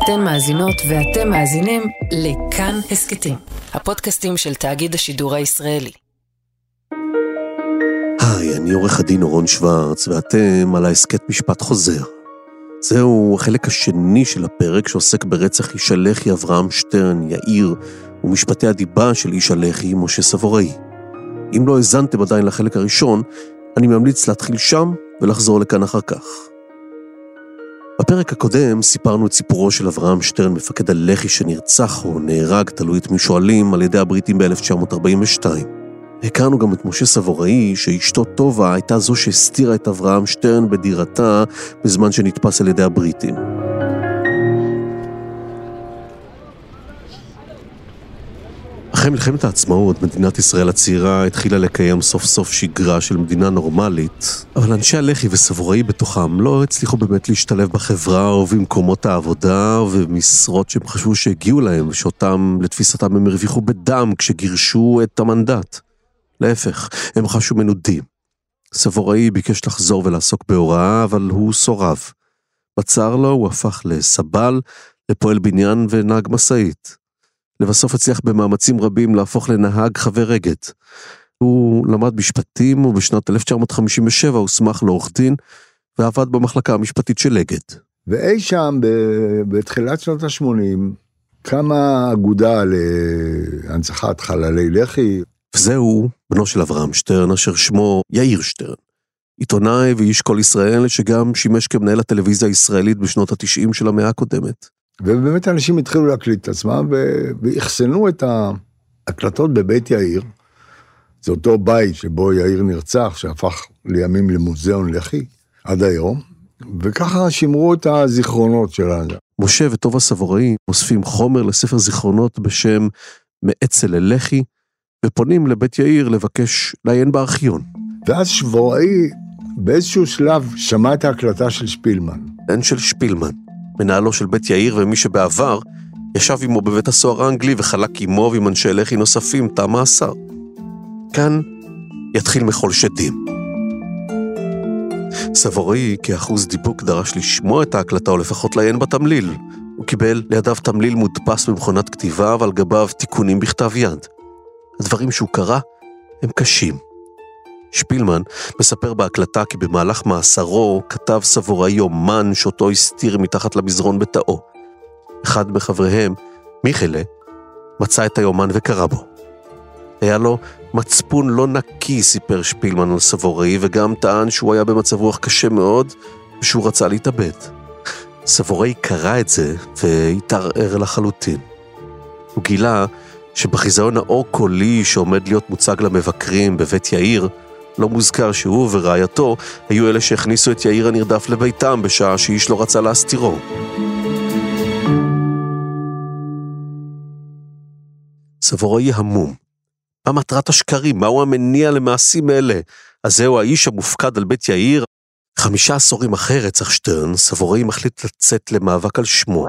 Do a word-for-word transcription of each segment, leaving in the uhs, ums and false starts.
אתן מאזינות ואתם מאזינים לכאן הסקטים, הפודקאסטים של תאגיד השידור הישראלי. היי, אני עורך הדין אורון שוורץ, ואתם על ההסקט משפט חוזר. זהו החלק השני של הפרק שעוסק ברצח איש הלח"י אברהם שטרן, יאיר, ומשפטי הדיבה של איש הלח"י משה סבוראי. אם לא הזנתם עדיין לחלק הראשון, אני ממליץ להתחיל שם ולחזור לכאן אחר כך. בפרק הקודם סיפרנו את סיפורו של אברהם שטרן, מפקד הלח"י שנרצח או נהרג, תלוי את מי שואלים, על ידי הבריטים ב-אלף תשע מאות ארבעים ושתיים. הכרנו גם את משה סבוראי, שאשתו טובה הייתה זו שהסתירה את אברהם שטרן בדירתה בזמן שנתפס על ידי הבריטים. אחרי מלחמת העצמאות, מדינת ישראל הצעירה התחילה לקיים סוף סוף שגרה של מדינה נורמלית, אבל אנשי הלח"י וסבוראי בתוכם לא הצליחו באמת להשתלב בחברה או במקומות העבודה ובמשרות שהם חשבו שהגיעו להם, ושאותם לתפיסתם הם הרוויחו בדם כשגירשו את המנדט. להפך, הם חשו מנודים. סבוראי ביקש לחזור ולעסוק בהוראה, אבל הוא סורב. בצר לו הוא הפך לסבל, לפועל בניין ונהג משאית. לבסוף הצליח במאמצים רבים להפוך לנהג חבר אגד. הוא למד משפטים ובשנת אלף תשע מאות חמישים ושבע הוסמך לעורך דין ועבד במחלקה המשפטית של אגד. ואי שם בתחילת שנות ה-שמונים קמה אגודה להנצחת חללי לח"י. וזהו בנו של אברהם שטרן אשר שמו יאיר שטרן. עיתונאי ואיש כל ישראל שגם שימש כמנהל הטלוויזיה הישראלית בשנות ה-תשעים של המאה הקודמת. ובאמת אנשים התחילו להקליט את עצמם, והחסנו את ההקלטות בבית יאיר. זה אותו בית שבו יאיר נרצח, שהפך לימים למוזיאון לח"י, עד היום, וככה שימרו את הזיכרונות שלנו. משה וטובה סבוראי אוספים חומר לספר זיכרונות בשם מאצל ללח"י, ופונים לבית יאיר לבקש לעיין בארכיון. ואז סבוראי באיזשהו שלב שמע את ההקלטה של שפילמן. אין של שפילמן. מנהלו של בית יאיר ומי שבעבר ישב עמו בבית הסוהר האנגלי וחלק עמו ועם אנשי לח"י נוספים תא מאסר. כאן יתחיל מחול שדים. סבוראי כאחוז דיבוק דרש לשמוע את ההקלטה או לפחות לעיין בתמליל. הוא קיבל לידיו תמליל מודפס במכונת כתיבה ועל גביו תיקונים בכתב יד. הדברים שהוא קרא הם קשים. שפילמן מספר בהקלטה כי במהלך מאסרו כתב סבוראי יומן שאותו הסתיר מתחת למזרון בתאו. אחד מחבריהם, מיכאלה, מצא את היומן וקרא בו. היה לו מצפון לא נקי, סיפר שפילמן על סבוראי, וגם טען שהוא היה במצב רוח קשה מאוד ושהוא רצה להתאבד. סבוראי קרא את זה והתערער לחלוטין. הוא גילה שבחיזיון האור קולי שעומד להיות מוצג למבקרים בבית יאיר, לא מוזכר שהוא ורעייתו היו אלה שהכניסו את יאיר הנרדף לביתם בשעה שאיש לא רצה להסתירו. סבוראי המום. מה מטרת השקרים? מהו המניע למעשים אלה? אז זהו האיש המופקד על בית יאיר. חמישה עשורים אחרי רצח שטרן, סבוראי מחליט לצאת למאבק על שמו.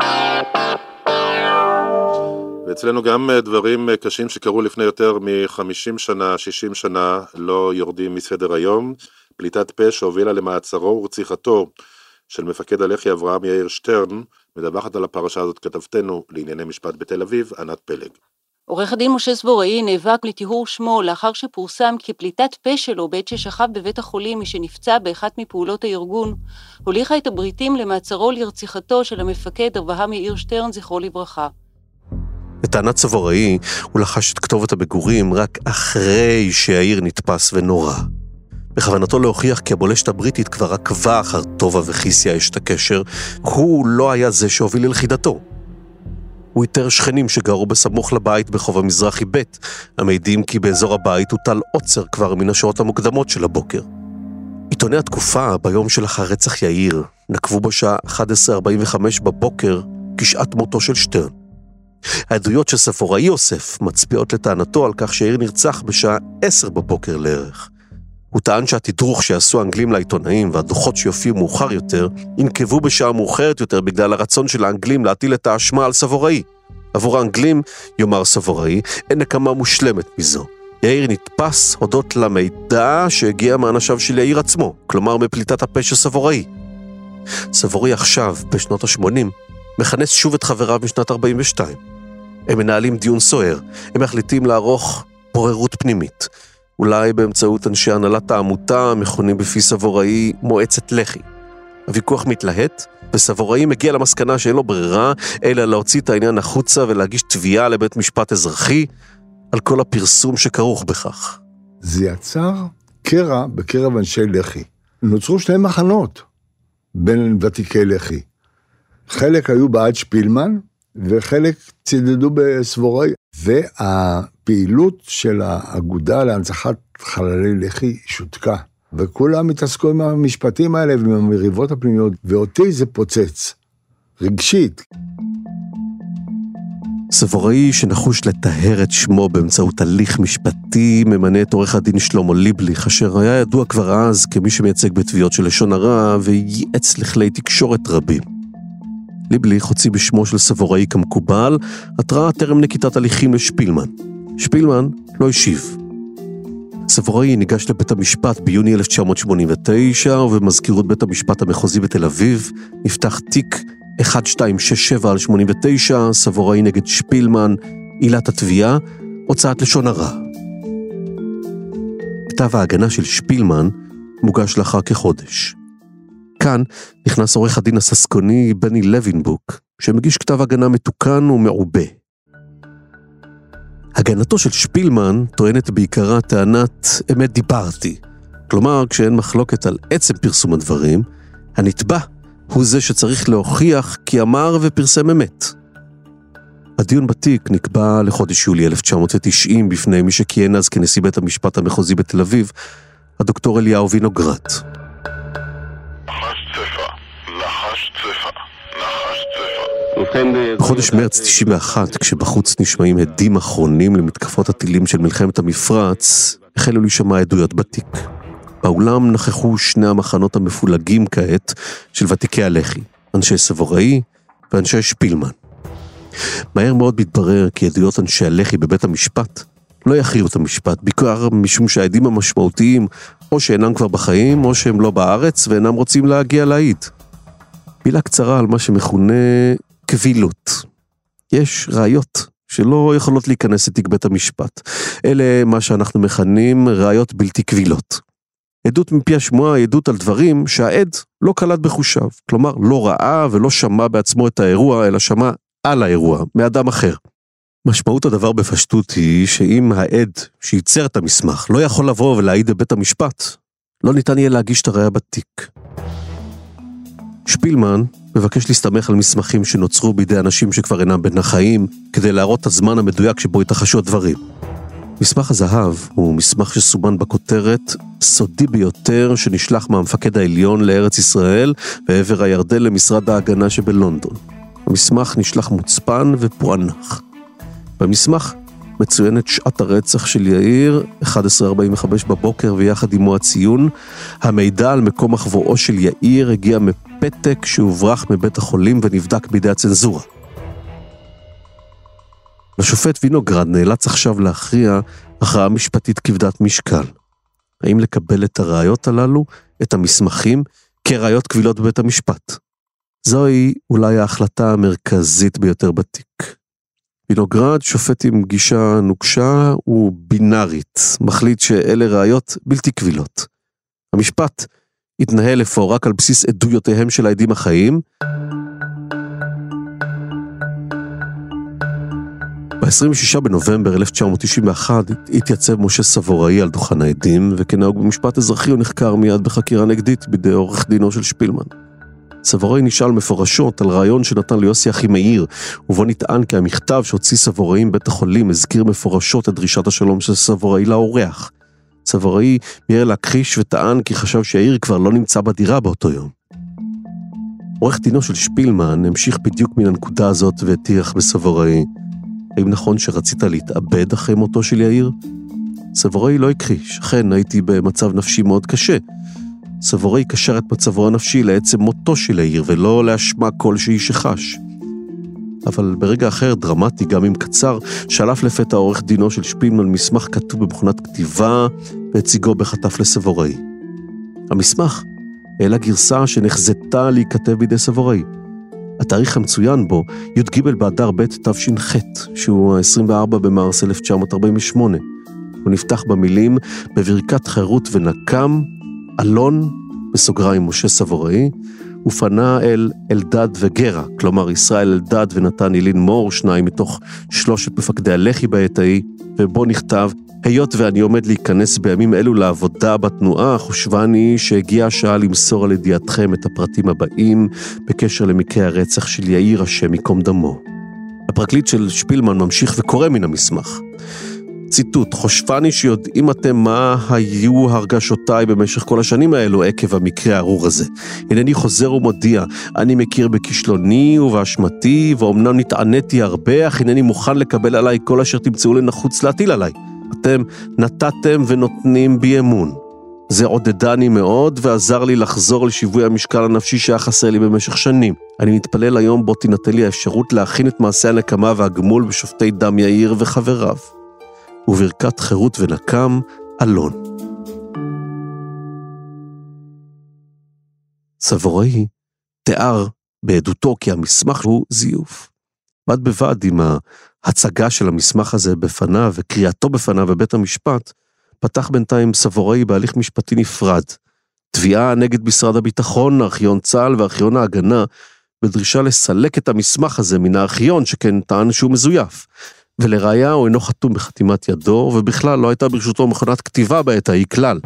ואצלנו גם דברים קשים שקרו לפני יותר מ-חמישים שנה, שישים שנה, לא יורדים מסדר היום. פליטת פה שהובילה למעצרו ורציחתו של מפקד הלח"י אברהם יאיר שטרן, מדווחת על הפרשה הזאת כתבתנו לענייני משפט בתל אביב, ענת פלג. עורך הדין משה סבוראי נאבק לטיהור שמו לאחר שפורסם כי פליטת פה שלו בעת ששכב בבית החולים משנפצע באחת מפעולות הארגון, הוליכה את הבריטים למעצרו לרציחתו של המפקד אברהם יאיר שטרן זכרו לברכה. לטענת סבוראי, הוא לחש את כתובת המגורים רק אחרי שהעיר נתפס ונורא. בכוונתו להוכיח כי הבולשת הבריטית כבר עקבה אחר טובה וחיסיה אשת הקשר, הוא לא היה זה שהוביל ללכידתו. הוא איתר שכנים שגרו בסמוך לבית בחוב המזרחי ב', המעידים כי באזור הבית הוטל עוצר כבר מן השעות המוקדמות של הבוקר. עיתוני התקופה ביום שלאחר רצח יאיר נקבו בשעה אחת עשרה ארבעים וחמש בבוקר כשעת מותו של שטרן. העדויות שסבוראי אוסף מצביעות לטענתו על כך שיאיר נרצח בשעה עשר בבוקר לערך. הוא טען שהתדרוך שעשו האנגלים לעיתונאים והדוחות שיופיעו מאוחר יותר, ינקבו בשעה מאוחרת יותר בגלל הרצון של האנגלים להטיל את האשמה על סבוראי. עבור האנגלים, יאמר סבוראי, אין נקמה מושלמת מזו. יאיר נתפס הודות למידע שהגיע מאנשיו של יאיר עצמו, כלומר מפליטת הפה של סבוראי. סבוראי עכשיו, בשנות ה-שמונים, מכנס שוב את חבריו משנת ארבעים ושתיים. הם מנהלים דיון סוער, הם מחליטים לערוך בוררות פנימית. אולי באמצעות אנשי הנהלת העמותה, מכונים בפי סבוראי מועצת לח"י. הוויכוח מתלהט, וסבוראי מגיע למסקנה שאין לו ברירה, אלא להוציא את העניין החוצה ולהגיש תביעה לבית משפט אזרחי, על כל הפרסום שכרוך בכך. זה יצר קרע בקרב אנשי לח"י. נוצרו שני מחנות בין ותיקי לח"י. חלק היו בעד שפילמן, וחלק צידדו בסבוראי. והפעילות של האגודה להנצחת חללי לח"י שותקה. וכולם התעסקו עם המשפטים האלה ועם המריבות הפנימיות, ואותי זה פוצץ, רגשית. סבוראי שנחוש לטהר את שמו באמצעות הליך משפטי, ממנה את עורך הדין שלמה ליבליך, אשר היה ידוע כבר אז כמי שמייצג בתביעות של לשון הרע, וייעץ לכלי תקשורת רבים. ליבליך הוציא בשמו של סבוראי כמקובל, התראה טרם נקיטת הליכים לשפילמן. שפילמן לא השיב. סבוראי ניגש לבית המשפט ביוני אלף תשע מאות שמונים ותשע, ובמזכירות בית המשפט המחוזי בתל אביב נפתח תיק אחת שתיים שש שבע על שמונים ותשע, סבוראי נגד שפילמן, עילת התביעה, הוצאת לשון הרע. כתב ההגנה של שפילמן מוגש לאחר כחודש. כאן נכנס עורך הדין הססקוני בני לוינבוק, שמגיש כתב הגנה מתוקן ומעובה. הגנתו של שפילמן טוענת בעיקרה טענת אמת דיברתי. כלומר, כשאין מחלוקת על עצם פרסום הדברים, הנתבע הוא זה שצריך להוכיח כי אמר ופרסם אמת. הדיון בתיק נקבע לחודש יולי אלף תשע מאות תשעים בפני מי שכיהן אז כנשיא בית המשפט המחוזי בתל אביב, הדוקטור אליהו וינוגרד. לחש צפה, לחש צפה, לחש צפה. בחודש מרץ תשעים ואחת, כשבחוץ נשמעים הדים אחרונים למתקפות הטילים של מלחמת המפרץ, החלו להישמע עדויות בתיק. באולם נכחו שני המחנות המפולגים כעת של ותיקי הלח"י, אנשי סבוראי ואנשי שפילמן. מהר מאוד מתברר כי עדויות אנשי הלח"י בבית המשפט לא יכריעו את המשפט, בעיקר משום שהעדים המשמעותיים או שאינם כבר בחיים או שהם לא בארץ ואינם רוצים להגיע להעיד. מילה קצרה על מה שמכונה קבילות. יש ראיות שלא יכולות להיכנס לתיק בית המשפט. אלה מה שאנחנו מכנים ראיות בלתי קבילות. עדות מפי השמועה היא עדות על דברים שהעד לא קלט בחושיו, כלומר לא ראה ולא שמע בעצמו את האירוע, אלא שמע על האירוע, מאדם אחר. משמעות הדבר בפשטות היא שאם העד שייצר את המסמך לא יכול לבוא ולהעיד בבית המשפט, לא ניתן יהיה להגיש את הראיה בתיק. שפילמן מבקש להסתמך על מסמכים שנוצרו בידי אנשים שכבר אינם בין החיים, כדי להראות את הזמן המדויק שבו התרחשו הדברים. מסמך הזהב הוא מסמך שסומן בכותרת סודי ביותר שנשלח מהמפקד העליון לארץ ישראל ועבר הירדן למשרד ההגנה שבלונדון. המסמך נשלח מוצפן ופוענח. במסמך מצוינת שעת הרצח של יאיר, אחת עשרה ארבעים וחמש בבוקר, ויחד עמו הציון, המידע על מקום החבואו של יאיר הגיע מפתק שהוברח מבית החולים ונבדק בידי הצנזורה. השופט וינוגרד נאלץ עכשיו להכריע הכרעה משפטית כבדת משקל. האם לקבל את הראיות הללו, את המסמכים, כראיות קבילות בבית המשפט? זוהי אולי ההחלטה המרכזית ביותר בתיק. וינוגרד, שופט עם גישה נוקשה ובינארית, מחליט שאלה ראיות בלתי קבילות. המשפט התנהל לפור רק על בסיס עדויותיהם של העדים החיים, ב-עשרים ושישה בנובמבר אלף תשע מאות תשעים ואחת התייצב משה סבוראי על דוכן העדים, וכנהוג במשפט אזרחי הוא נחקר מיד בחקירה נגדית בידי עורך דינו של שפילמן. סבוראי נשאל מפורשות על רעיון שנתן ליוסי אחימאיר, ובו נטען כי המכתב שהוציא סבוראי מבית החולים הזכיר מפורשות את דרישת השלום של סבוראי לאורח. סבוראי מיהר להכחיש וטען כי חשב שיאיר כבר לא נמצא בדירה באותו יום. עורך דינו של שפילמן המשיך בדיוק מן הנקודה הזאת והטיח בסבוראי, האם נכון שרצית להתאבד אחרי מותו של יאיר? סבוראי לא הכחיש, אכן הייתי במצב נפשי מאוד קשה. סבוראי קשר את מצבו הנפשי לעצם מותו של יאיר ולא להשמע כל שהיא שחש. אבל ברגע אחר דרמטי, גם אם קצר, שלף לפתע עורך דינו של שפילמן מסמך כתוב במכונת כתיבה והציגו בחטף לסבוראי. המסמך העלה גרסה שנחזתה להיכתב בידי סבוראי. התאריך המצוין בו, י"ג באדר ב' תש"ח, שהוא ה-עשרים וארבעה במרס אלף תשע מאות ארבעים ושמונה. הוא נפתח במילים בברכת חירות ונקם, אלון, בסוגריים משה סבוראי, ופנה אל אלדד וגרה, כלומר ישראל אלדד ונתן אילין מור, שניים מתוך שלושת מפקדי הלח"י בעת ההיא, ובו נכתב, היות ואני עומד להיכנס בימים אלו לעבודה בתנועה, חושבני שהגיעה השעה למסור על ידיעתכם את הפרטים הבאים בקשר למקרה הרצח של יאיר השם מקום דמו. הפרקליט של שפילמן ממשיך וקורא מן המסמך. ציטוט, חושבני שיודעים אתם מה היו הרגשותיי במשך כל השנים האלו עקב המקרה הארור הזה. הנני חוזר ומודיע, אני מכיר בכישלוני ובאשמתי, ואומנם נתעניתי הרבה, אך הנני מוכן לקבל עליי כל אשר תמצאו לנחוץ להטיל עליי. אתם נתתם ונותנים בי אמון. זה עודדני מאוד ועזר לי לחזור לשיווי המשקל הנפשי שהיה חסר לי במשך שנים. אני מתפלל היום בו תינתן לי האפשרות להכין את מעשה הנקמה והגמול בשופטי דם יאיר וחבריו. וברכת חירות ונקם, אלון. סבוראי תיאר בעדותו כי המסמך הוא זיוף. בד בבד עם ההצגה של המסמך הזה בפניו וקריאתו בפניו בבית המשפט, פתח בינתיים סבוראי בהליך משפטי נפרד, תביעה נגד משרד הביטחון, ארכיון צה"ל וארכיון ההגנה, בדרישה לסלק את המסמך הזה מן הארכיון שכן טען שהוא מזויף. ולראיה הוא אינו חתום בחתימת ידו, ובכלל לא הייתה ברשותו מכונת כתיבה בעת ההיא כלל.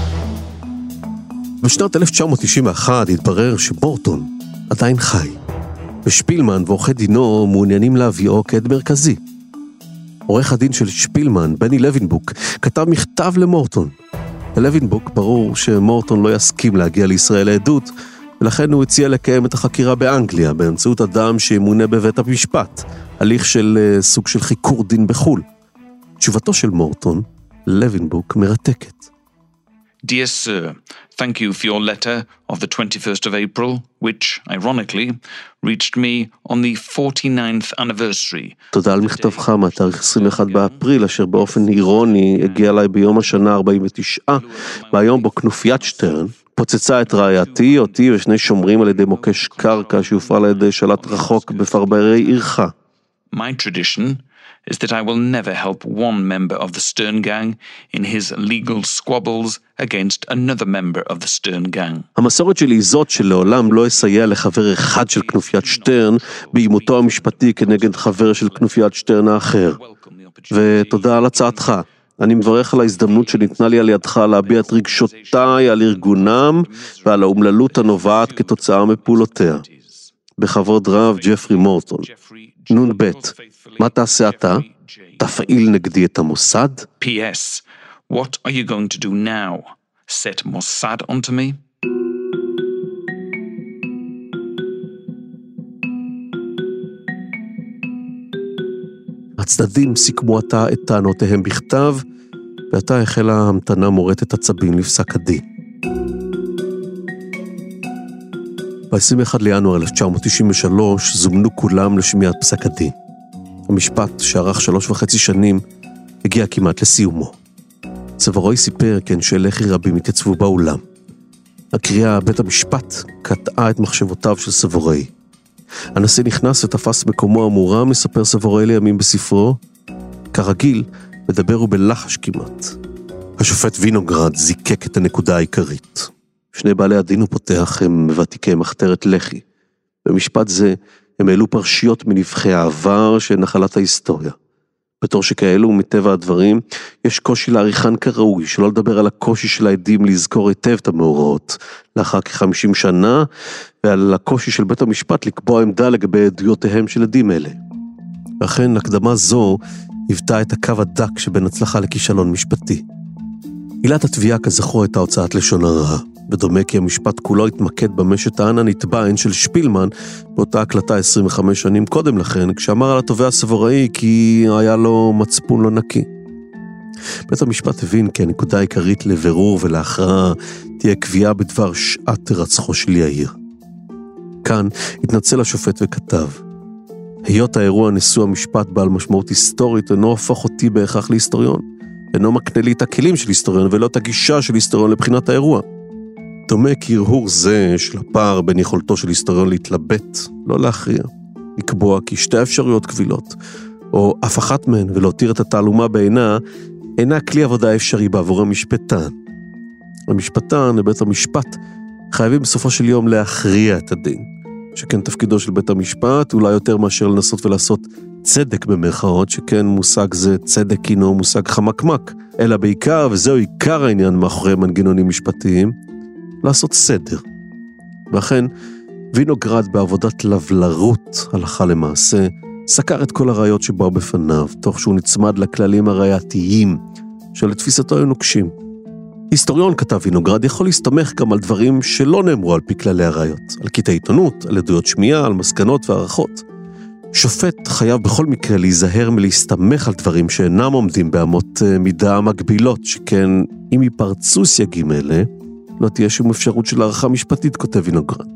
בשנת אלף תשע מאות תשעים ואחת התברר שמורטון עדיין חי, ושפילמן ועורכי דינו מעוניינים להביאו כעד מרכזי. עורך הדין של שפילמן, בני לוינבוק, כתב מכתב למורטון. לוינבוק ברור שמורטון לא יסכים להגיע לישראל לעדות, ולכן הוא הציע לקיים את החקירה באנגליה, באמצעות אדם שימונה בבית המשפט, הליך של uh, סוג של חיקור דין בחול. תשובתו של מורטון, לוינבוק, מרתקת. Dear sir, thank you for your letter of the twenty-first of April, which, ironically, reached me on the forty-ninth anniversary. תודה על מכתבך מהתאריך עשרים ואחד באפריל, אשר באופן אירוני הגיע אליי ביום השנה ארבעים ותשע, ביום בו כנופיית שטרן פוצצה את רעייתי, אותי ושני שומרים על ידי מוקש קרקע שהופעל על ידי שלט רחוק בפרברי עירך. My tradition is that I will never help one member of the Stern Gang in his legal squabbles against another member of the Stern Gang. המסורת שלי היא זאת שלעולם לא אסייע לחבר אחד של כנופיית שטרן בעימותו המשפטי כנגד חבר של כנופיית שטרן האחר. ותודה על הצעתך. אני מברך על ההזדמנות שניתנה לי על ידך להביע את רגשותיי על ארגונם ועל האומללות הנובעת כתוצאה מפעולותיה. בכבוד רב, ג'פרי מורטון. נון בית, מה תעשה אתה? תפעיל נגדי את המוסד? P S. What are you going to do now? Set Mossad onto me? הצדדים סיכמו עתה את טענותיהם בכתב, ועתה החלה המתנה מורטת עצבים לפסק הדין. ב-עשרים ואחד לינואר אלף תשע מאות תשעים ושלוש זומנו כולם לשמיעת פסק הדין. המשפט, שארך שלוש וחצי שנים, הגיע כמעט לסיומו. סבוראי סיפר כן שלח"י רבים התייצבו באולם. הקריאה בית המשפט קטעה את מחשבותיו של סבוראי. הנשיא נכנס ותפס מקומו המורם, מספר סבוראי לימים בספרו. כרגיל, מדבר הוא בלחש כמעט. השופט וינוגרד זיקק את הנקודה העיקרית. שני בעלי הדין הוא פותח הם ותיקי מחתרת לח"י. במשפט זה הם העלו פרשיות מנבחי העבר של נחלת ההיסטוריה. בתור שכאלו מטבע הדברים, יש קושי לעריכן כראוי, שלא לדבר על הקושי של העדים לזכור היטב את המאורעות, לאחר כ-חמישים שנה, ועל הקושי של בית המשפט לקבוע עמדה לגבי עדויותיהם של עדים אלה. ואכן, הקדמה זו היוותה את הקו הדק שבין הצלחה לכישלון משפטי. עילת התביעה כזכור הייתה הוצאת לשון הרע, ודומה כי המשפט כולו התמקד במה שטען הנתבע הן של שפילמן, באותה הקלטה עשרים וחמש שנים קודם לכן, כשאמר על התובע הסבוראי כי היה לו מצפון לא נקי. בית המשפט הבין כי הנקודה העיקרית לבירור ולהכרעה תהיה קביעה בדבר שעת רצחו של יאיר. כאן התנצל השופט וכתב, היות האירוע נשוא המשפט בעל משמעות היסטורית, אינו הפך אותי בהכרח להיסטוריון, אינו מקנה לי את הכלים של היסטוריון ולא את הגישה של היסטוריון לבחינת האירוע. דומה כי הרהור זה של הפער בין יכולתו של היסטוריון להתלבט, לא להכריע, לקבוע כי שתי אפשרויות קבילות, או אף אחת מהן ולהותיר את התעלומה בעינה, אינה כלי עבודה אפשרי בעבור המשפטן. המשפטן ובית המשפט חייבים בסופו של יום להכריע את הדין, שכן תפקידו של בית המשפט אולי יותר מאשר לנסות ולעשות צדק במרכאות, שכן מושג זה צדק הינו מושג חמקמק, אלא בעיקר, וזהו עיקר העניין מאחורי מנגנונים משפטיים, לעשות סדר. ואכן, וינוגרד בעבודת לבלרות הלכה למעשה, סקר את כל הראיות שבאו בפניו, תוך שהוא נצמד לכללים הראייתיים, שלתפיסתו היו נוקשים. היסטוריון, כתב וינוגרד, יכול להסתמך גם על דברים שלא נאמרו על פי כללי הראיות, על קטעי עיתונות, על עדויות שמיעה, על מסקנות והערכות. שופט חייב בכל מקרה להיזהר מלהסתמך על דברים שאינם עומדים באמות מידה מגבילות, שכן אם ייפרצו סייגים אלה, לא תהיה שום אפשרות של הערכה משפטית, כותב וינוגרד.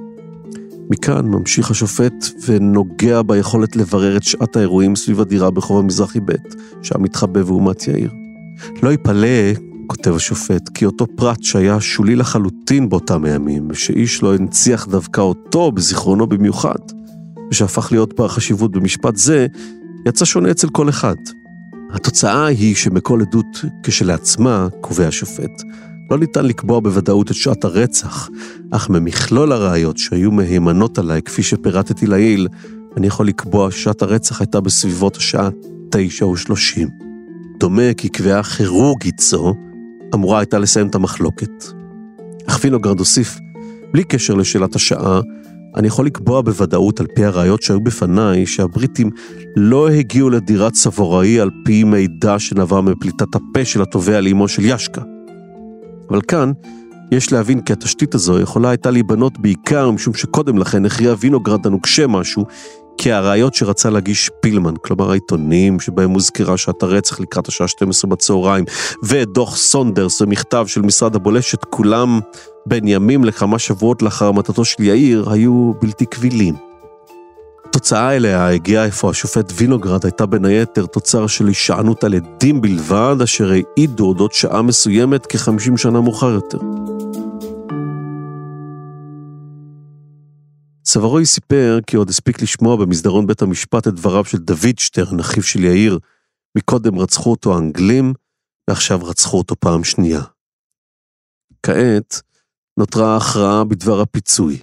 מכאן ממשיך השופט ונוגע ביכולת לברר את שעת האירועים סביב הדירה בחוב המזרחי ב' שם מתחבא ואומת יאיר. לא ייפלא, כותב השופט, כי אותו פרט שהיה שולי לחלוטין באותם הימים, ושאיש לא הנציח דווקא אותו בזיכרונו במיוחד, ושהפך להיות בעל חשיבות במשפט זה, יצא שונה אצל כל אחד. התוצאה היא שמכל עדות כשלעצמה, קובע השופט, לא ניתן לקבוע בוודאות את שעת הרצח, אך ממכלול הראיות שהיו מהימנות עליי, כפי שפירטתי לעיל, אני יכול לקבוע שעת הרצח הייתה בסביבות השעה תשע ושלושים. דומה כי קביעה כירורגית זו, אמורה הייתה לסיים את המחלוקת. אך וינוגרד הוסיף, בלי קשר לשאלת השעה, אני יכול לקבוע בוודאות על פי הראיות שהיו בפניי, שהבריטים לא הגיעו לדירת סבוראי על פי מידע שנבע מפליטת הפה של התובע לאמו של ישקה. אבל כאן יש להבין כי התשתית הזו יכולה הייתה להיבנות בעיקר משום שקודם לכן הכריע וינוגרד הנוקשה משהו, כי הראיות שרצה להגיש פילמן, כלומר העיתונים שבהם מוזכרה שעת הרצח לקראת השעה שתים עשרה בצהריים, ודוח סונדרס ומכתב של משרד הבולשת, כולם בין ימים לכמה שבועות לאחר המתתו של יאיר, היו בלתי קבילים. התוצאה אליה הגיעה איפה השופט וינוגרד הייתה בין היתר תוצר של הישענות על עדים בלבד, אשר העידו אודות שעה מסוימת כ-חמישים שנה מאוחר יותר. סבורוי סיפר כי עוד הספיק לשמוע במסדרון בית המשפט את דבריו של דוד שטרן, אחיו של יאיר, מקודם רצחו אותו האנגלים, ועכשיו רצחו אותו פעם שנייה. כעת נותרה ההכרעה בדבר הפיצוי.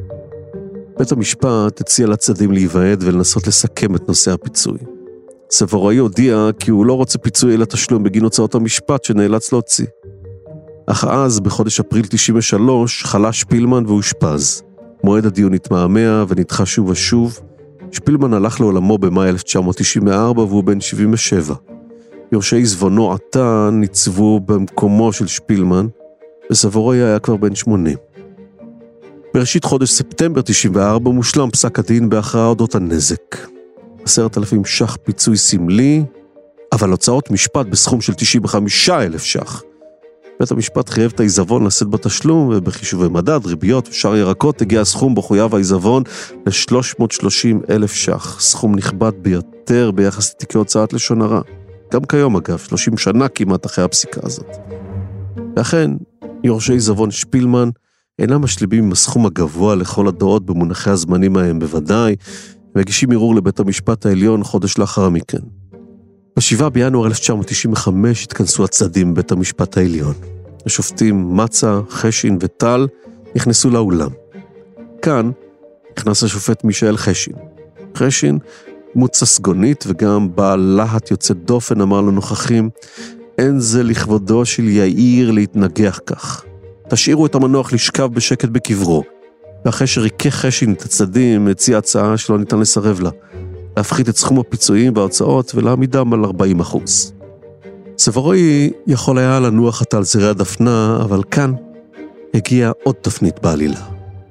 בית המשפט הציע לצדדים להיוועד ולנסות לסכם את נושא הפיצוי. סבורוי הודיע כי הוא לא רוצה פיצוי אלא תשלום בגין הוצאות המשפט שנאלץ להוציא. אך אז, בחודש אפריל תשעים ושלוש, חלה שפילמן והושפז. מועד הדיון התמהמה ונדחה שוב ושוב. שפילמן הלך לעולמו במאי אלף תשע מאות תשעים וארבע והוא בן שבעים ושבע. יורשי עזבונו עתה ניצבו במקומו של שפילמן, וסבורוי היה כבר בן שמונים. בראשית חודש ספטמבר תשעים וארבע מושלם פסק הדין בהכרעה אודות הנזק. עשרת אלפים שח פיצוי סמלי, אבל הוצאות משפט בסכום של תשעים וחמישה אלף שח. בית המשפט חייב את העיזבון לשאת בתשלום, ובחישובי מדד, ריביות ושאר ירקות הגיע הסכום בו חויב העיזבון ל-שלוש מאות ושלושים אלף שח, סכום נכבד ביותר ביחס לתיקי הוצאת לשון הרע. גם כיום אגב, שלושים שנה כמעט אחרי הפסיקה הזאת. ואכן, יורשי עיזבון שפילמן אינם משלימים עם הסכום הגבוה לכל הדעות במונחי הזמנים ההם בוודאי, מגישים ערעור לבית המשפט העליון חודש לאחר מכן. בשבעה בינואר אלף תשע מאות תשעים וחמש התכנסו הצדדים בבית המשפט העליון. השופטים מצה, חשין וטל נכנסו לאולם. כאן נכנס השופט מישאל חשין. חשין, מוצא סגונית וגם בעל להט יוצא דופן, אמר לנוכחים, אין זה לכבודו של יאיר להתנגח כך. תשאירו את המנוח לשכב בשקט בקברו. ואחרי שריקה חשין את הצדדים, הציע הצעה שלא ניתן לסרב לה. להפחית את סכום הפיצויים וההוצאות ולהעמידם על ארבעים אחוז. סבורוי יכול היה לנוח עתה על זרי הדפנה, אבל כאן הגיעה עוד תפנית בעלילה.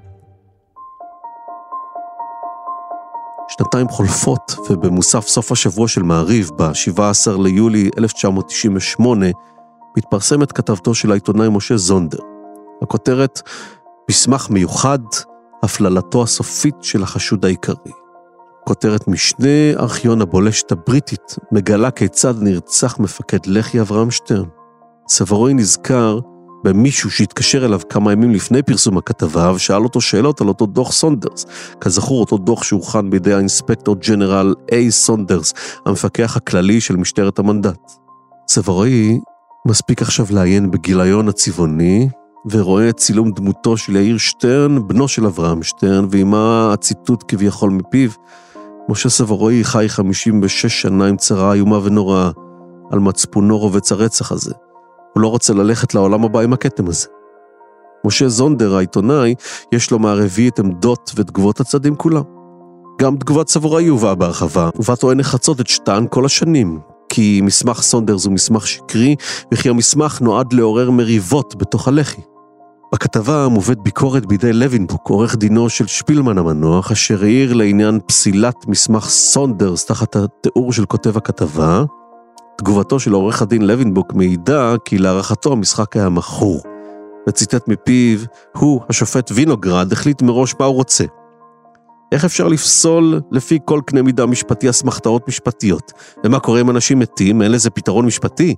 שנתיים חולפות, ובמוסף סוף השבוע של מעריב, ב-שבעה עשר ליולי אלף תשע מאות תשעים ושמונה, מתפרסמת כתבתו של העיתונאי משה זונדר. הכותרת, מסמך מיוחד, הפללתו הסופית של החשוד העיקרי. כותרת משנה, ארכיון הבולשת הבריטית, מגלה כיצד נרצח מפקד לח"י אברהם שטרן. סבורוי נזכר במישהו שהתקשר אליו כמה ימים לפני פרסום הכתבה, ושאל אותו שאלות על אותו דוח סונדרס. כזכור, אותו דוח שהוכן בידי האינספקטור ג'נרל איי סונדרס, המפקח הכללי של משטרת המנדט. סבוראי מספיק עכשיו לעיין בגיליון הצבעוני, ורואה צילום דמותו של יאיר שטרן, בנו של אברהם שטרן, ועימה הציטוט כביכול מפיו, משה סבוראי חי חמישים ושש שנה עם צרה איומה ונוראה, על מצפונו רובץ הרצח הזה. הוא לא רוצה ללכת לעולם הבא עם הכתם הזה. משה זונדר, העיתונאי, יש לו מערבי את עמדות ותגובות הצדים כולם. גם תגובת סבוראי הובאה בהרחבה, ובה טוען נחרצות את שטען כל השנים, כי מסמך סונדרס הוא מסמך שקרי, וכי המסמך נועד לעורר מריבות בתוך הלח"י. בכתבה מובאת ביקורת בידי לוינבוק, עורך דינו של שפילמן המנוח, אשר העיר לעניין פסילת מסמך סונדרס תחת התיאור של כותב הכתבה. תגובתו של עורך הדין לוינבוק מעידה כי להערכתו המשחק היה מכור. וציטט מפיו, הוא, השופט וינוגרד, החליט מראש מה הוא רוצה. איך אפשר לפסול לפי כל קנה מידה משפטי אסמכתאות משפטיות? ומה קורה אם אנשים מתים? אין לזה פתרון משפטי?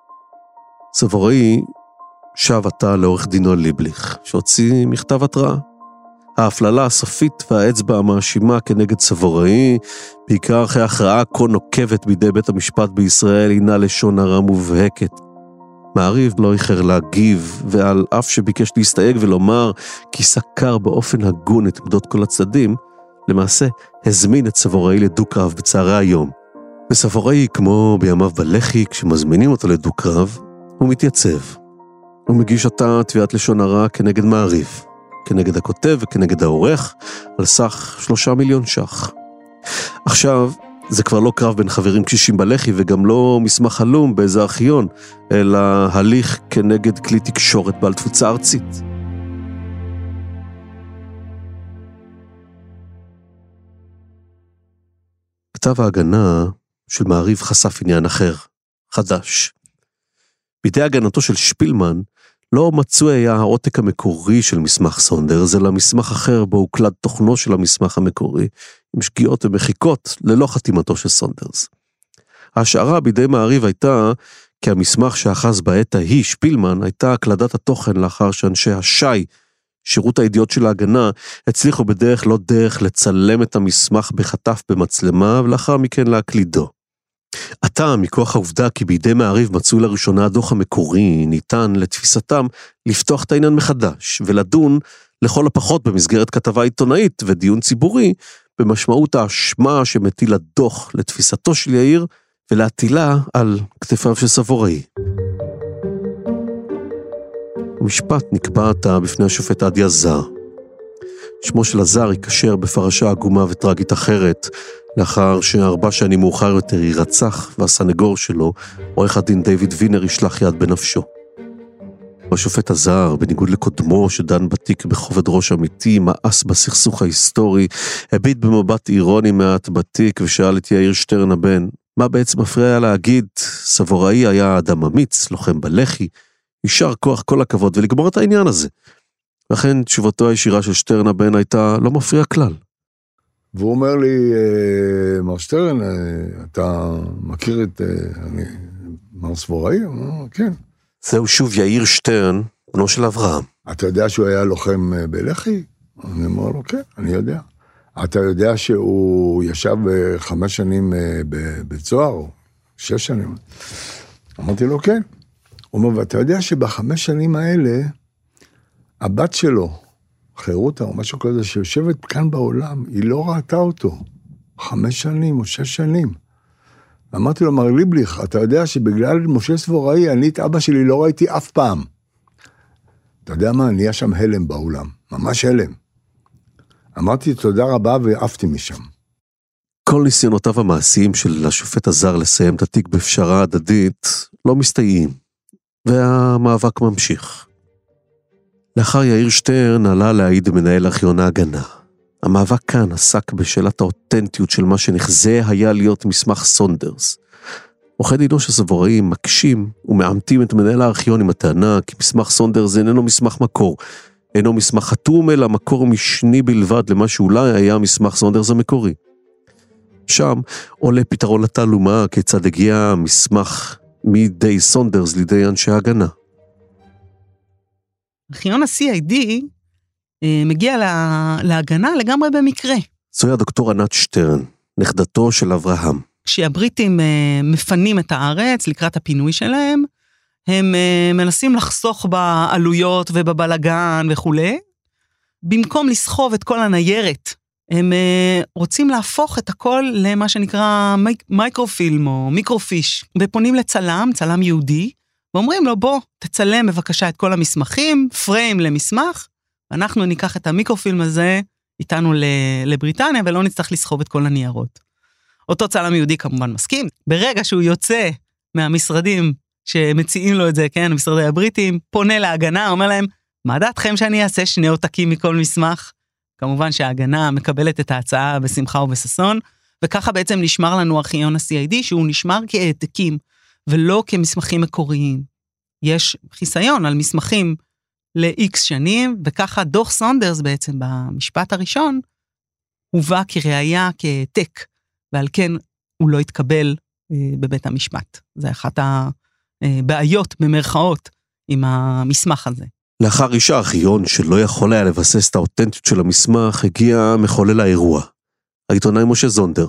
סבוראי שב עתה לעורך דינו ליבליך, שהוציא מכתב התראה. ההפללה הסופית והאצבע המאשימה כנגד סבוראי, בעיקר אחרי הכרעה כה נוקבת בידי בית המשפט בישראל, הינה לשון הרע מובהקת. מעריב לא איחר להגיב, ועל אף שביקש להסתייג ולומר כי סקר באופן הגון את עמדות כל הצדדים, למעשה הזמין את סבוראי לדו-קרב בצערי היום. וסבוראי, כמו בימיו בלח"י, כשמזמינים אותו לדו-קרב, הוא מתייצב. הוא מגיש עתה תביעת לשון הרע כנגד מעריב, כנגד הכותב וכנגד העורך, על סך שלושה מיליון ש"ח. עכשיו, זה כבר לא קרב בין חברים קשישים בלח"י, וגם לא מסמך הלום באיזה ארכיון, אלא הליך כנגד כלי תקשורת בעל תפוצה ארצית. כתב ההגנה של מעריב חשף עניין אחר, חדש. בידי הגנתו של שפילמן, לא מצוי היה העותק המקורי של מסמך סונדרס, אלא מסמך אחר בו הוקלד תוכנו של המסמך המקורי, עם שגיאות ומחיקות ללא חתימתו של סונדרס. ההשערה בידי מעריב הייתה כי המסמך שאחז בעת ההיא שפילמן הייתה הקלדת התוכן לאחר שאנשי השי, שירות הידיעות של ההגנה, הצליחו בדרך לא דרך לצלם את המסמך בחטף במצלמה ולאחר מכן להקלידו. עתה, מכוח העובדה כי בידי מעריב מצוי לראשונה הדוח המקורי, ניתן לתפיסתם לפתוח את העניין מחדש ולדון לכל הפחות במסגרת כתבה עיתונאית ודיון ציבורי במשמעות האשמה שמטיל הדוח לתפיסתו של יאיר ולהטילה על כתפיו של סבוראי. המשפט נקבע עתה בפני השופט עדיה זר. שמו של הזר יקשר בפרשה עגומה וטרגית אחרת, לאחר שארבע שנים מאוחר יותר יירצח, והסנגור שלו, עורך הדין דיוויד וינר, ישלח יד בנפשו. השופט הזר, בניגוד לקודמו שדן בתיק בכובד ראש אמיתי, מאס בסכסוך ההיסטורי, הביט במבט אירוני מעט בתיק ושאל את יאיר שטרן הבן, מה בעצם מפריע להגיד, סבוראי היה אדם אמיץ, לוחם בלח"י, יישר כוח כל הכבוד ולגמור את העניין הזה. לכן תשובתו הישירה של שטרן הבן הייתה לא מפריע כלל. והוא אומר לי, מר שטרן, אתה מכיר את אני, מר סבוראי? הוא אומר, כן. זהו שוב יאיר שטרן, בנו של אברהם. אתה יודע שהוא היה לוחם בלח"י? אני אומר לו, כן, אני יודע. אתה יודע שהוא ישב חמש שנים בבית סוהר, או שש שנים? אמרתי לו, כן. הוא אומר, ואתה יודע שבחמש שנים האלה, הבת שלו, חירותה או משהו כזה, שיושבת כאן בעולם, היא לא ראתה אותו. חמש שנים או שש שנים. אמרתי לו, מר ליבליך, אתה יודע שבגלל משה סבוראי, אני את אבא שלי לא ראיתי אף פעם. אתה יודע מה? נהיה שם הלם בעולם. ממש הלם. אמרתי, תודה רבה ועפתי משם. כל ניסיונותיו המעשיים של השופט הזר לסיים את התיק בפשרה הדדית לא מסתייעים, והמאבק ממשיך. לאחר יאיר שטרן עלה להעיד מנהל ארכיון ההגנה. המאבק כאן עסק בשאלת האותנטיות של מה שנחזה היה להיות מסמך סונדרס. עורכי דינו של סבוראי מקשים ומעמתים את מנהל הארכיון עם הטענה כי מסמך סונדרס איננו מסמך מקור, אינו מסמך חתום אלא מקור משני בלבד למה שאולי היה מסמך סונדרס המקורי. שם עולה פתרון לתעלומה כיצד הגיע מסמך מידי סונדרס לידי אנשי ההגנה. ארכיון ה-סי איי די אה, מגיע לה, להגנה לגמרי במקרה. זוהי הדוקטור ענת שטרן, נכדתו של אברהם. כשהבריטים אה, מפנים את הארץ לקראת הפינוי שלהם, הם אה, מנסים לחסוך בעלויות ובבלגן וכו'. במקום לסחוב את כל הניירת, הם אה, רוצים להפוך את הכל למה שנקרא מיק, מייקרופילם או מיקרופיש, ופונים לצלם, צלם יהודי, ואומרים לו בוא, תצלם בבקשה את כל המסמכים, פריים למסמך, ואנחנו ניקח את המיקרופילם הזה איתנו לבריטניה, ולא נצטרך לסחוב את כל הניירות. אותו צלם יהודי כמובן מסכים, ברגע שהוא יוצא מהמשרדים שמציעים לו את זה, כן, המשרדי הבריטים, פונה להגנה, אומר להם, מה דעתכם שאני אעשה שני עותקים מכל מסמך? כמובן שההגנה מקבלת את ההצעה בשמחה ובששון, וככה בעצם נשמר לנו ארכיון ה-סי איי די, שהוא נשמר כעתקים, ולא כמסמכים מקוריים. יש חיסיון על מסמכים ל-X שנים, וככה דוח סונדרס בעצם במשפט הראשון, הובא כראיה כעתק, ועל כן הוא לא התקבל אה, בבית המשפט. זה אחת הבעיות במרכאות עם המסמך הזה. לאחר איש הארכיון שלא יכול היה לבסס את האותנטיות של המסמך, הגיע מחולל האירוע, העיתונאי משה זונדר.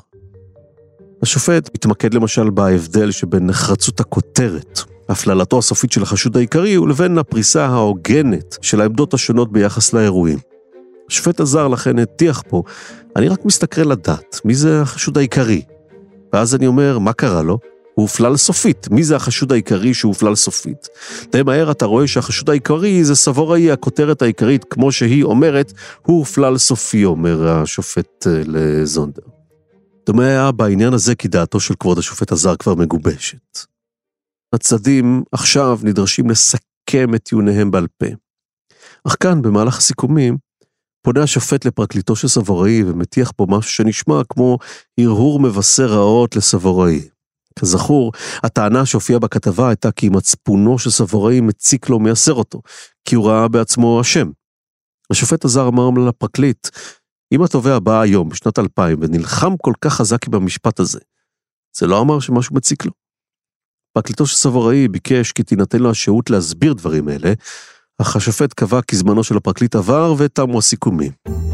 השופט מתמקד למשל בהבדל שבין נחרצות הכותרת, הפללתו הסופית של החשוד העיקרי, ולבין הפריסה ההוגנת של העמדות השונות ביחס לאירועים. השופט עזר לכן הטיח פה, אני רק מסתכל לדעת, מי זה החשוד העיקרי? ואז אני אומר, מה קרה לו? הוא הופלל סופית. מי זה החשוד העיקרי שהוא הופלל סופית? די מהר אתה רואה שהחשוד העיקרי זה סבוראי, הכותרת העיקרית, כמו שהיא אומרת, הוא הופלל סופי, אומר השופט לזונדר. דומה היה בעניין הזה כי דעתו של כבוד השופט עזר כבר מגובשת. הצדדים עכשיו נדרשים לסכם את טיעוניהם בעל פה. אך כאן, במהלך הסיכומים, פונה השופט לפרקליטו של סבוראי ומתיח בו משהו שנשמע כמו הרהור מבשר רעות לסבוראי. כזכור, הטענה שהופיעה בכתבה הייתה כי מצפונו של סבוראי מציק לו מייסר אותו, כי הוא ראה בעצמו אשם. השופט עזר אמר לפרקליט, אם התובע בא היום בשנת אלפיים ונלחם כל כך חזק במשפט הזה, זה לא אמר שמשהו מציק לו. פרקליטו של סבוראי ביקש כי תינתן לו השהות להסביר דברים אלה, אך השופט קבע כי זמנו של הפרקליט עבר ותמו הסיכומים.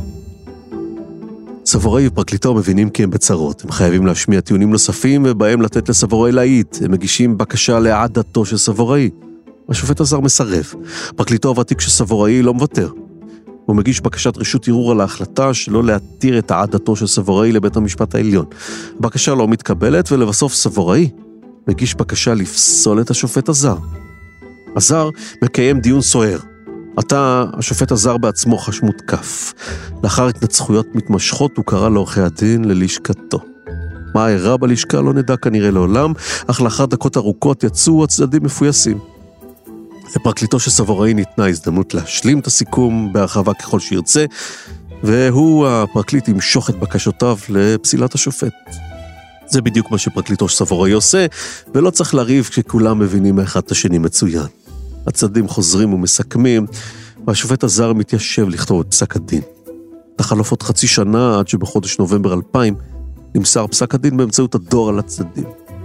סבוראי ופרקליטו מבינים כי הם בצרות, הם חייבים להשמיע טיעונים נוספים ובהם לתת לסבוראי להעיד, הם מגישים בקשה להעדתו של סבוראי. השופט עזר מסרב, פרקליטו הוותיק של סבוראי לא מוותר. הוא מגיש בקשת רשות ערעור על ההחלטה שלא להתיר את העדתו של סבוראי לבית המשפט העליון. בקשה לא מתקבלת ולבסוף סבוראי מגיש בקשה לפסול את השופט עזר. עזר מקיים דיון סוער. עתה השופט עזר בעצמו חש מותקף. לאחר התנצחויות מתמשכות הוא קרא לעורכי הדין ללשכתו. מה אירע בלשכה לא נדע כנראה לעולם, אך לאחר דקות ארוכות יצאו הצדדים מפויסים. לפרקליטו של סבוראי ניתנה הזדמנות להשלים את הסיכום בהרחבה ככל שירצה, והוא הפרקליט ימשוך את בקשותיו לפסילת השופט. זה בדיוק מה שפרקליטו של סבוראי עושה, ולא צריך לריב כשכולם מבינים אחד את השני מצוין. הצדדים חוזרים ומסכמים, והשופט עזר מתיישב לכתוב את פסק הדין. תחלוף עוד חצי שנה עד שבחודש נובמבר אלפיים נמסר פסק הדין באמצעות הדור על הצדדים.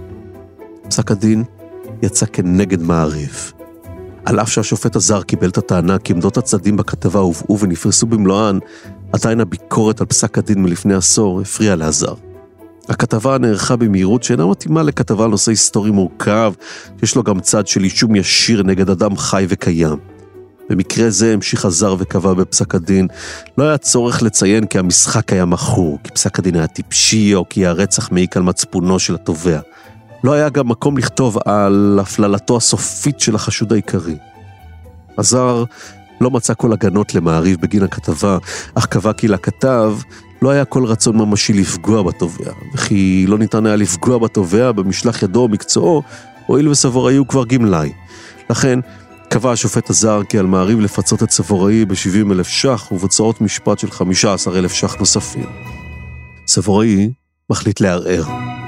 פסק הדין יצא כנגד מעריב. על אף שהשופט עזר קיבל את הטענה כי עמדות הצדדים בכתבה הובאו ונפרסו במלואן, עדיין הביקורת על פסק הדין מלפני עשור הפריעה לעזר. הכתבה נערכה במהירות שאינה מתאימה לכתבה על נושא היסטורי מורכב, שיש לו גם צד של אישום ישיר נגד אדם חי וקיים. במקרה זה המשיך עזר וקבע בפסק הדין, לא היה צורך לציין כי המשחק היה מכור, כי פסק הדין היה טיפשי או כי הרצח מעיק על מצפונו של התובע. לא היה גם מקום לכתוב על הפללתו הסופית של החשוד העיקרי. עזר לא מצא כל הגנות למעריב בגין הכתבה, אך קבע כי לכתב לא היה כל רצון ממשי לפגוע בתובע, וכי לא ניתן היה לפגוע בתובע במשלח ידו או מקצועו, הואיל וסבוראי הוא כבר גמלאי. לכן קבע השופט עזר כי על מעריב לפצות את סבוראי ב-שבעים אלף ש"ח ובצעות משפט של חמישה עשר אלף ש"ח נוספים. סבוראי מחליט לערער.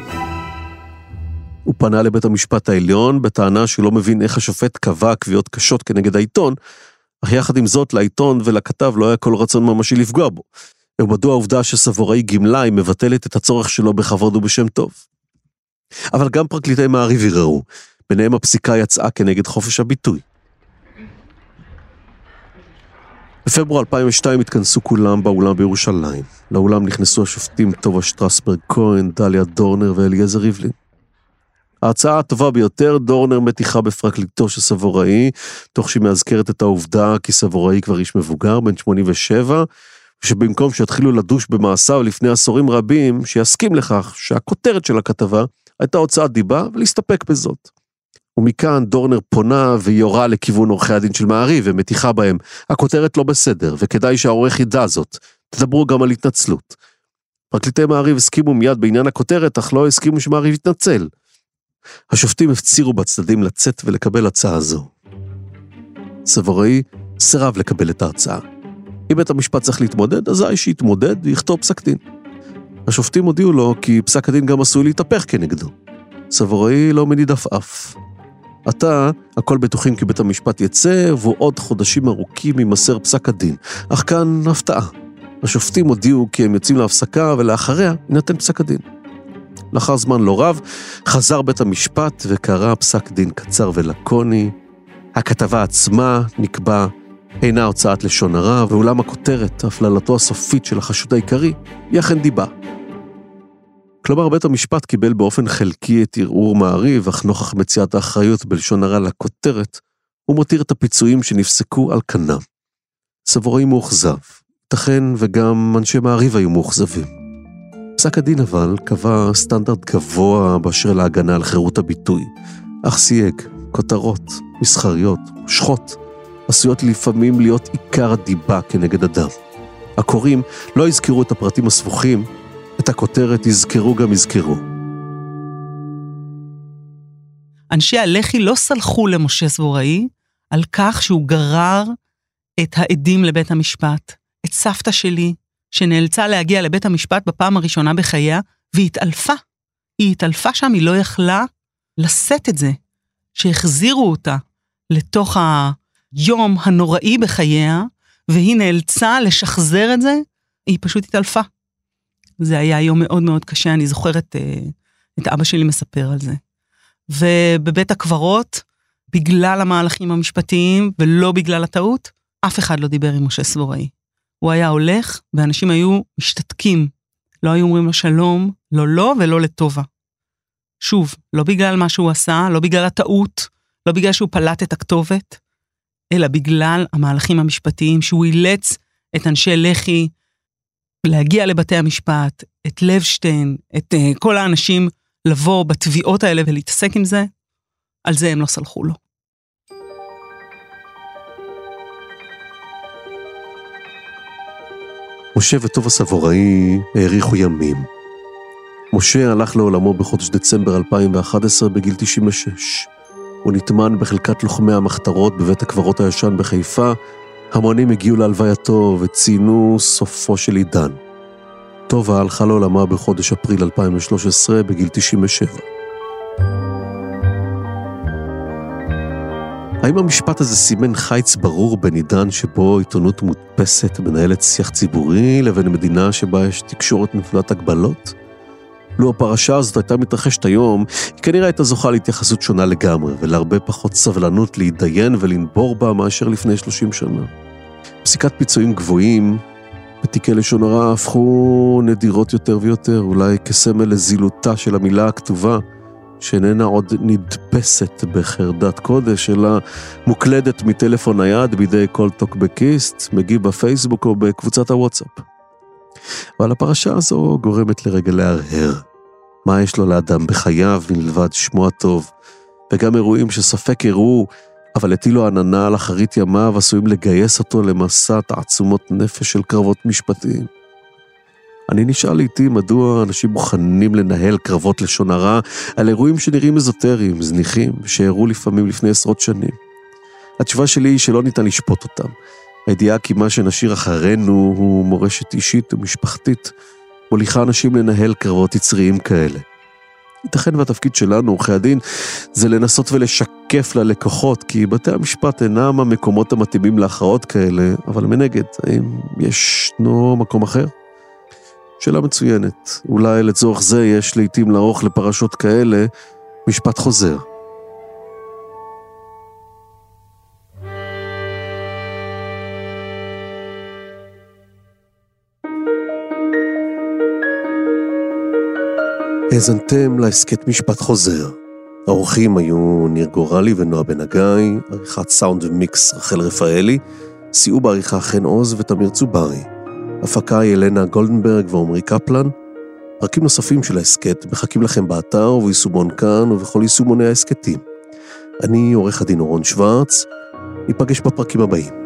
הוא פנה לבית המשפט העליון בטענה שהוא לא מבין איך השופט קבע קביעות קשות כנגד העיתון, אך יחד עם זאת לעיתון ולכתב לא היה כל רצון ממשי לפגוע בו. ומדוע העובדה שסבוראי גמלאי מבטלת את הצורך שלו בכבוד ובשם טוב. אבל גם פרקליטי מעריב ערערו, ביניהם הפסיקה יצאה כנגד חופש הביטוי. בפברואר אלפיים ושתיים התכנסו כולם באולם בירושלים. לאולם נכנסו השופטים טובה שטרסברג כהן, דליה דורנר ואליעזר ריבלין. ההצעה הטובה ביותר, דורנר מתיחה בפרקליטו של סבוראי, תוך שהיא מאזכרת את העובדה כי סבוראי כבר איש מבוגר, בן שמונים ושבע, שבמקום שיתחילו לדוש במעשיו לפני עשורים רבים, שיסכים לכך שהכותרת של הכתבה הייתה הוצאת דיבה ולהסתפק בזאת. ומכאן דורנר פונה ויורה לכיוון עורכי הדין של מעריב ומתיחה בהם, הכותרת לא בסדר וכדאי שהעורך ידע זאת, תדברו גם על התנצלות. פרקליטי מעריב הסכימו מיד בעניין הכותרת, אך לא הסכימו שמעריב יתנצל. השופטים הפצירו בצדדים לצאת ולקבל הצעה זו. סבוראי סירב לקבל את ההצעה. אם בית המשפט צריך להתמודד, אז האיש יתמודד ויכתוב פסק דין. השופטים הודיעו לו כי פסק הדין גם עשוי להתהפך כנגדו. סבוראי לא מניד אף. עתה, הכל בטוחים כי בית המשפט יצא, והוא עוד חודשים ארוכים ממסר פסק הדין. אך כאן הפתעה. השופטים הודיעו כי הם יוצאים להפסקה, ולאחריה יינתן פסק הדין. לאחר זמן לא רב, חזר בית המשפט וקרא פסק דין קצר ולקוני. הכתבה עצמה נקבע אינה הוצאת לשון הרע, ואולם הכותרת, הפללתו הסופית של החשוד העיקרי, היא אכן דיבה. כלומר, בית המשפט קיבל באופן חלקי את ערעור מעריב, אך נוכח מציאת האחריות בלשון הרע לכותרת, הוא מותיר את הפיצויים שנפסקו על כנם. סבוראי מאוכזב, ייתכן וגם אנשי מעריב היו מאוכזבים. פסק הדין אבל קבע סטנדרט גבוה באשר להגנה על חירות הביטוי, אך סייג, כותרות, מסחריות, שחות, עשויות לפעמים להיות עיקר הדיבה כנגד אדם. הקוראים לא יזכרו את הפרטים הסבוכים, את הכותרת יזכרו גם יזכרו. אנשי הלח"י לא סלחו למשה סבוראי על כך שהוא גרר את העדים לבית המשפט. את סבתא שלי, שנאלצה להגיע לבית המשפט בפעם הראשונה בחייה, והיא התעלפה. היא התעלפה שם, היא לא יכלה לשאת את זה, שהחזירו אותה לתוך היום הנוראי בחייה, והיא נאלצה לשחזר את זה, היא פשוט התעלפה. זה היה יום מאוד מאוד קשה, אני זוכרת את אבא שלי מספר על זה. ובבית הקברות, בגלל המהלכים המשפטיים, ולא בגלל הטעות, אף אחד לא דיבר עם משה סבוראי. הוא היה הולך, ואנשים היו משתתקים. לא היו אומרים לו שלום, לא לא ולא לטובה. שוב, לא בגלל מה שהוא עשה, לא בגלל הטעות, לא בגלל שהוא פלט את הכתובת, אלא בגלל המהלכים המשפטיים, שהוא אילץ את אנשי לח"י, להגיע לבתי המשפט, את לבשטיין, את uh, כל האנשים לבוא בתביעות האלה ולהתעסק עם זה, על זה הם לא סלחו לו. משה וטובה סבוראי האריכו ימים. משה הלך לעולמו בחודש דצמבר אלפיים ואחת עשרה בגיל תשעים ושש. הוא נטמן בחלקת לוחמי המחתרות בבית הקברות הישן בחיפה. המונים הגיעו להלווייתו וציינו סופו של עידן. טובה הלכה לעולמה בחודש אפריל אלפיים ושלוש עשרה בגיל תשעים ושבע. האם המשפט הזה סימן חיץ ברור בין עידן שבו עיתונות מודפסת מנהלת שיח ציבורי לבין מדינה שבה יש תקשורת נטולת הגבלות? לו הפרשה הזאת הייתה מתרחשת היום, היא כנראה הייתה זוכה להתייחסות שונה לגמרי, ולהרבה פחות סבלנות להידיין ולנבור בה מאשר לפני שלושים שנה. פסיקת פיצויים גבוהים בתיקי לשון הרע הפכו נדירות יותר ויותר, אולי כסמל לזילותה של המילה הכתובה, שאיננה עוד נדפסת בחרדת קודש, אלא מוקלדת מטלפון נייד בידי כל טוקבקיסט, מגיב בפייסבוק או בקבוצת הוואטסאפ. אבל הפרשה הזו גורמת לרגע להרהר. מה יש לו לאדם בחייו מלבד שמו הטוב, וגם אירועים שספק אירעו, אבל הטילו עננה על אחרית ימיו, עשויים לגייס אותו למסע תעצומות נפש של קרבות משפטיים. אני נשאל לעתים מדוע אנשים מוכנים לנהל קרבות לשון הרע על אירועים שנראים אזוטריים, זניחים, שאירעו לפעמים לפני עשרות שנים. התשובה שלי היא שלא ניתן לשפוט אותם. הידיעה כי מה שנשאיר אחרינו הוא מורשת אישית ומשפחתית, מוליכה אנשים לנהל קרבות יצריים כאלה. ייתכן והתפקיד שלנו, עורכי הדין, זה לנסות ולשקף ללקוחות, כי בתי המשפט אינם המקומות המתאימים להכרעות כאלה, אבל מנגד, האם ישנו מקום אחר? שאלה מצוינת. אולי לצורך זה יש לעתים לערוך לפרשות כאלה משפט חוזר. האזנתם להסכת משפט חוזר. האורחים היו ניר גורלי ונועה בן הגיא, עריכת סאונד ומיקס רחל רפאלי, סייעו בעריכה חן עוז ותמיר צוברי. הפקה היא אלנה גולדנברג ועומרי קפלן. פרקים נוספים של ההסכת מחכים לכם באתר וביישומון כאן ובכל יישומוני ההסכתים. אני עורך הדין אורון שוורץ, ניפגש בפרקים הבאים.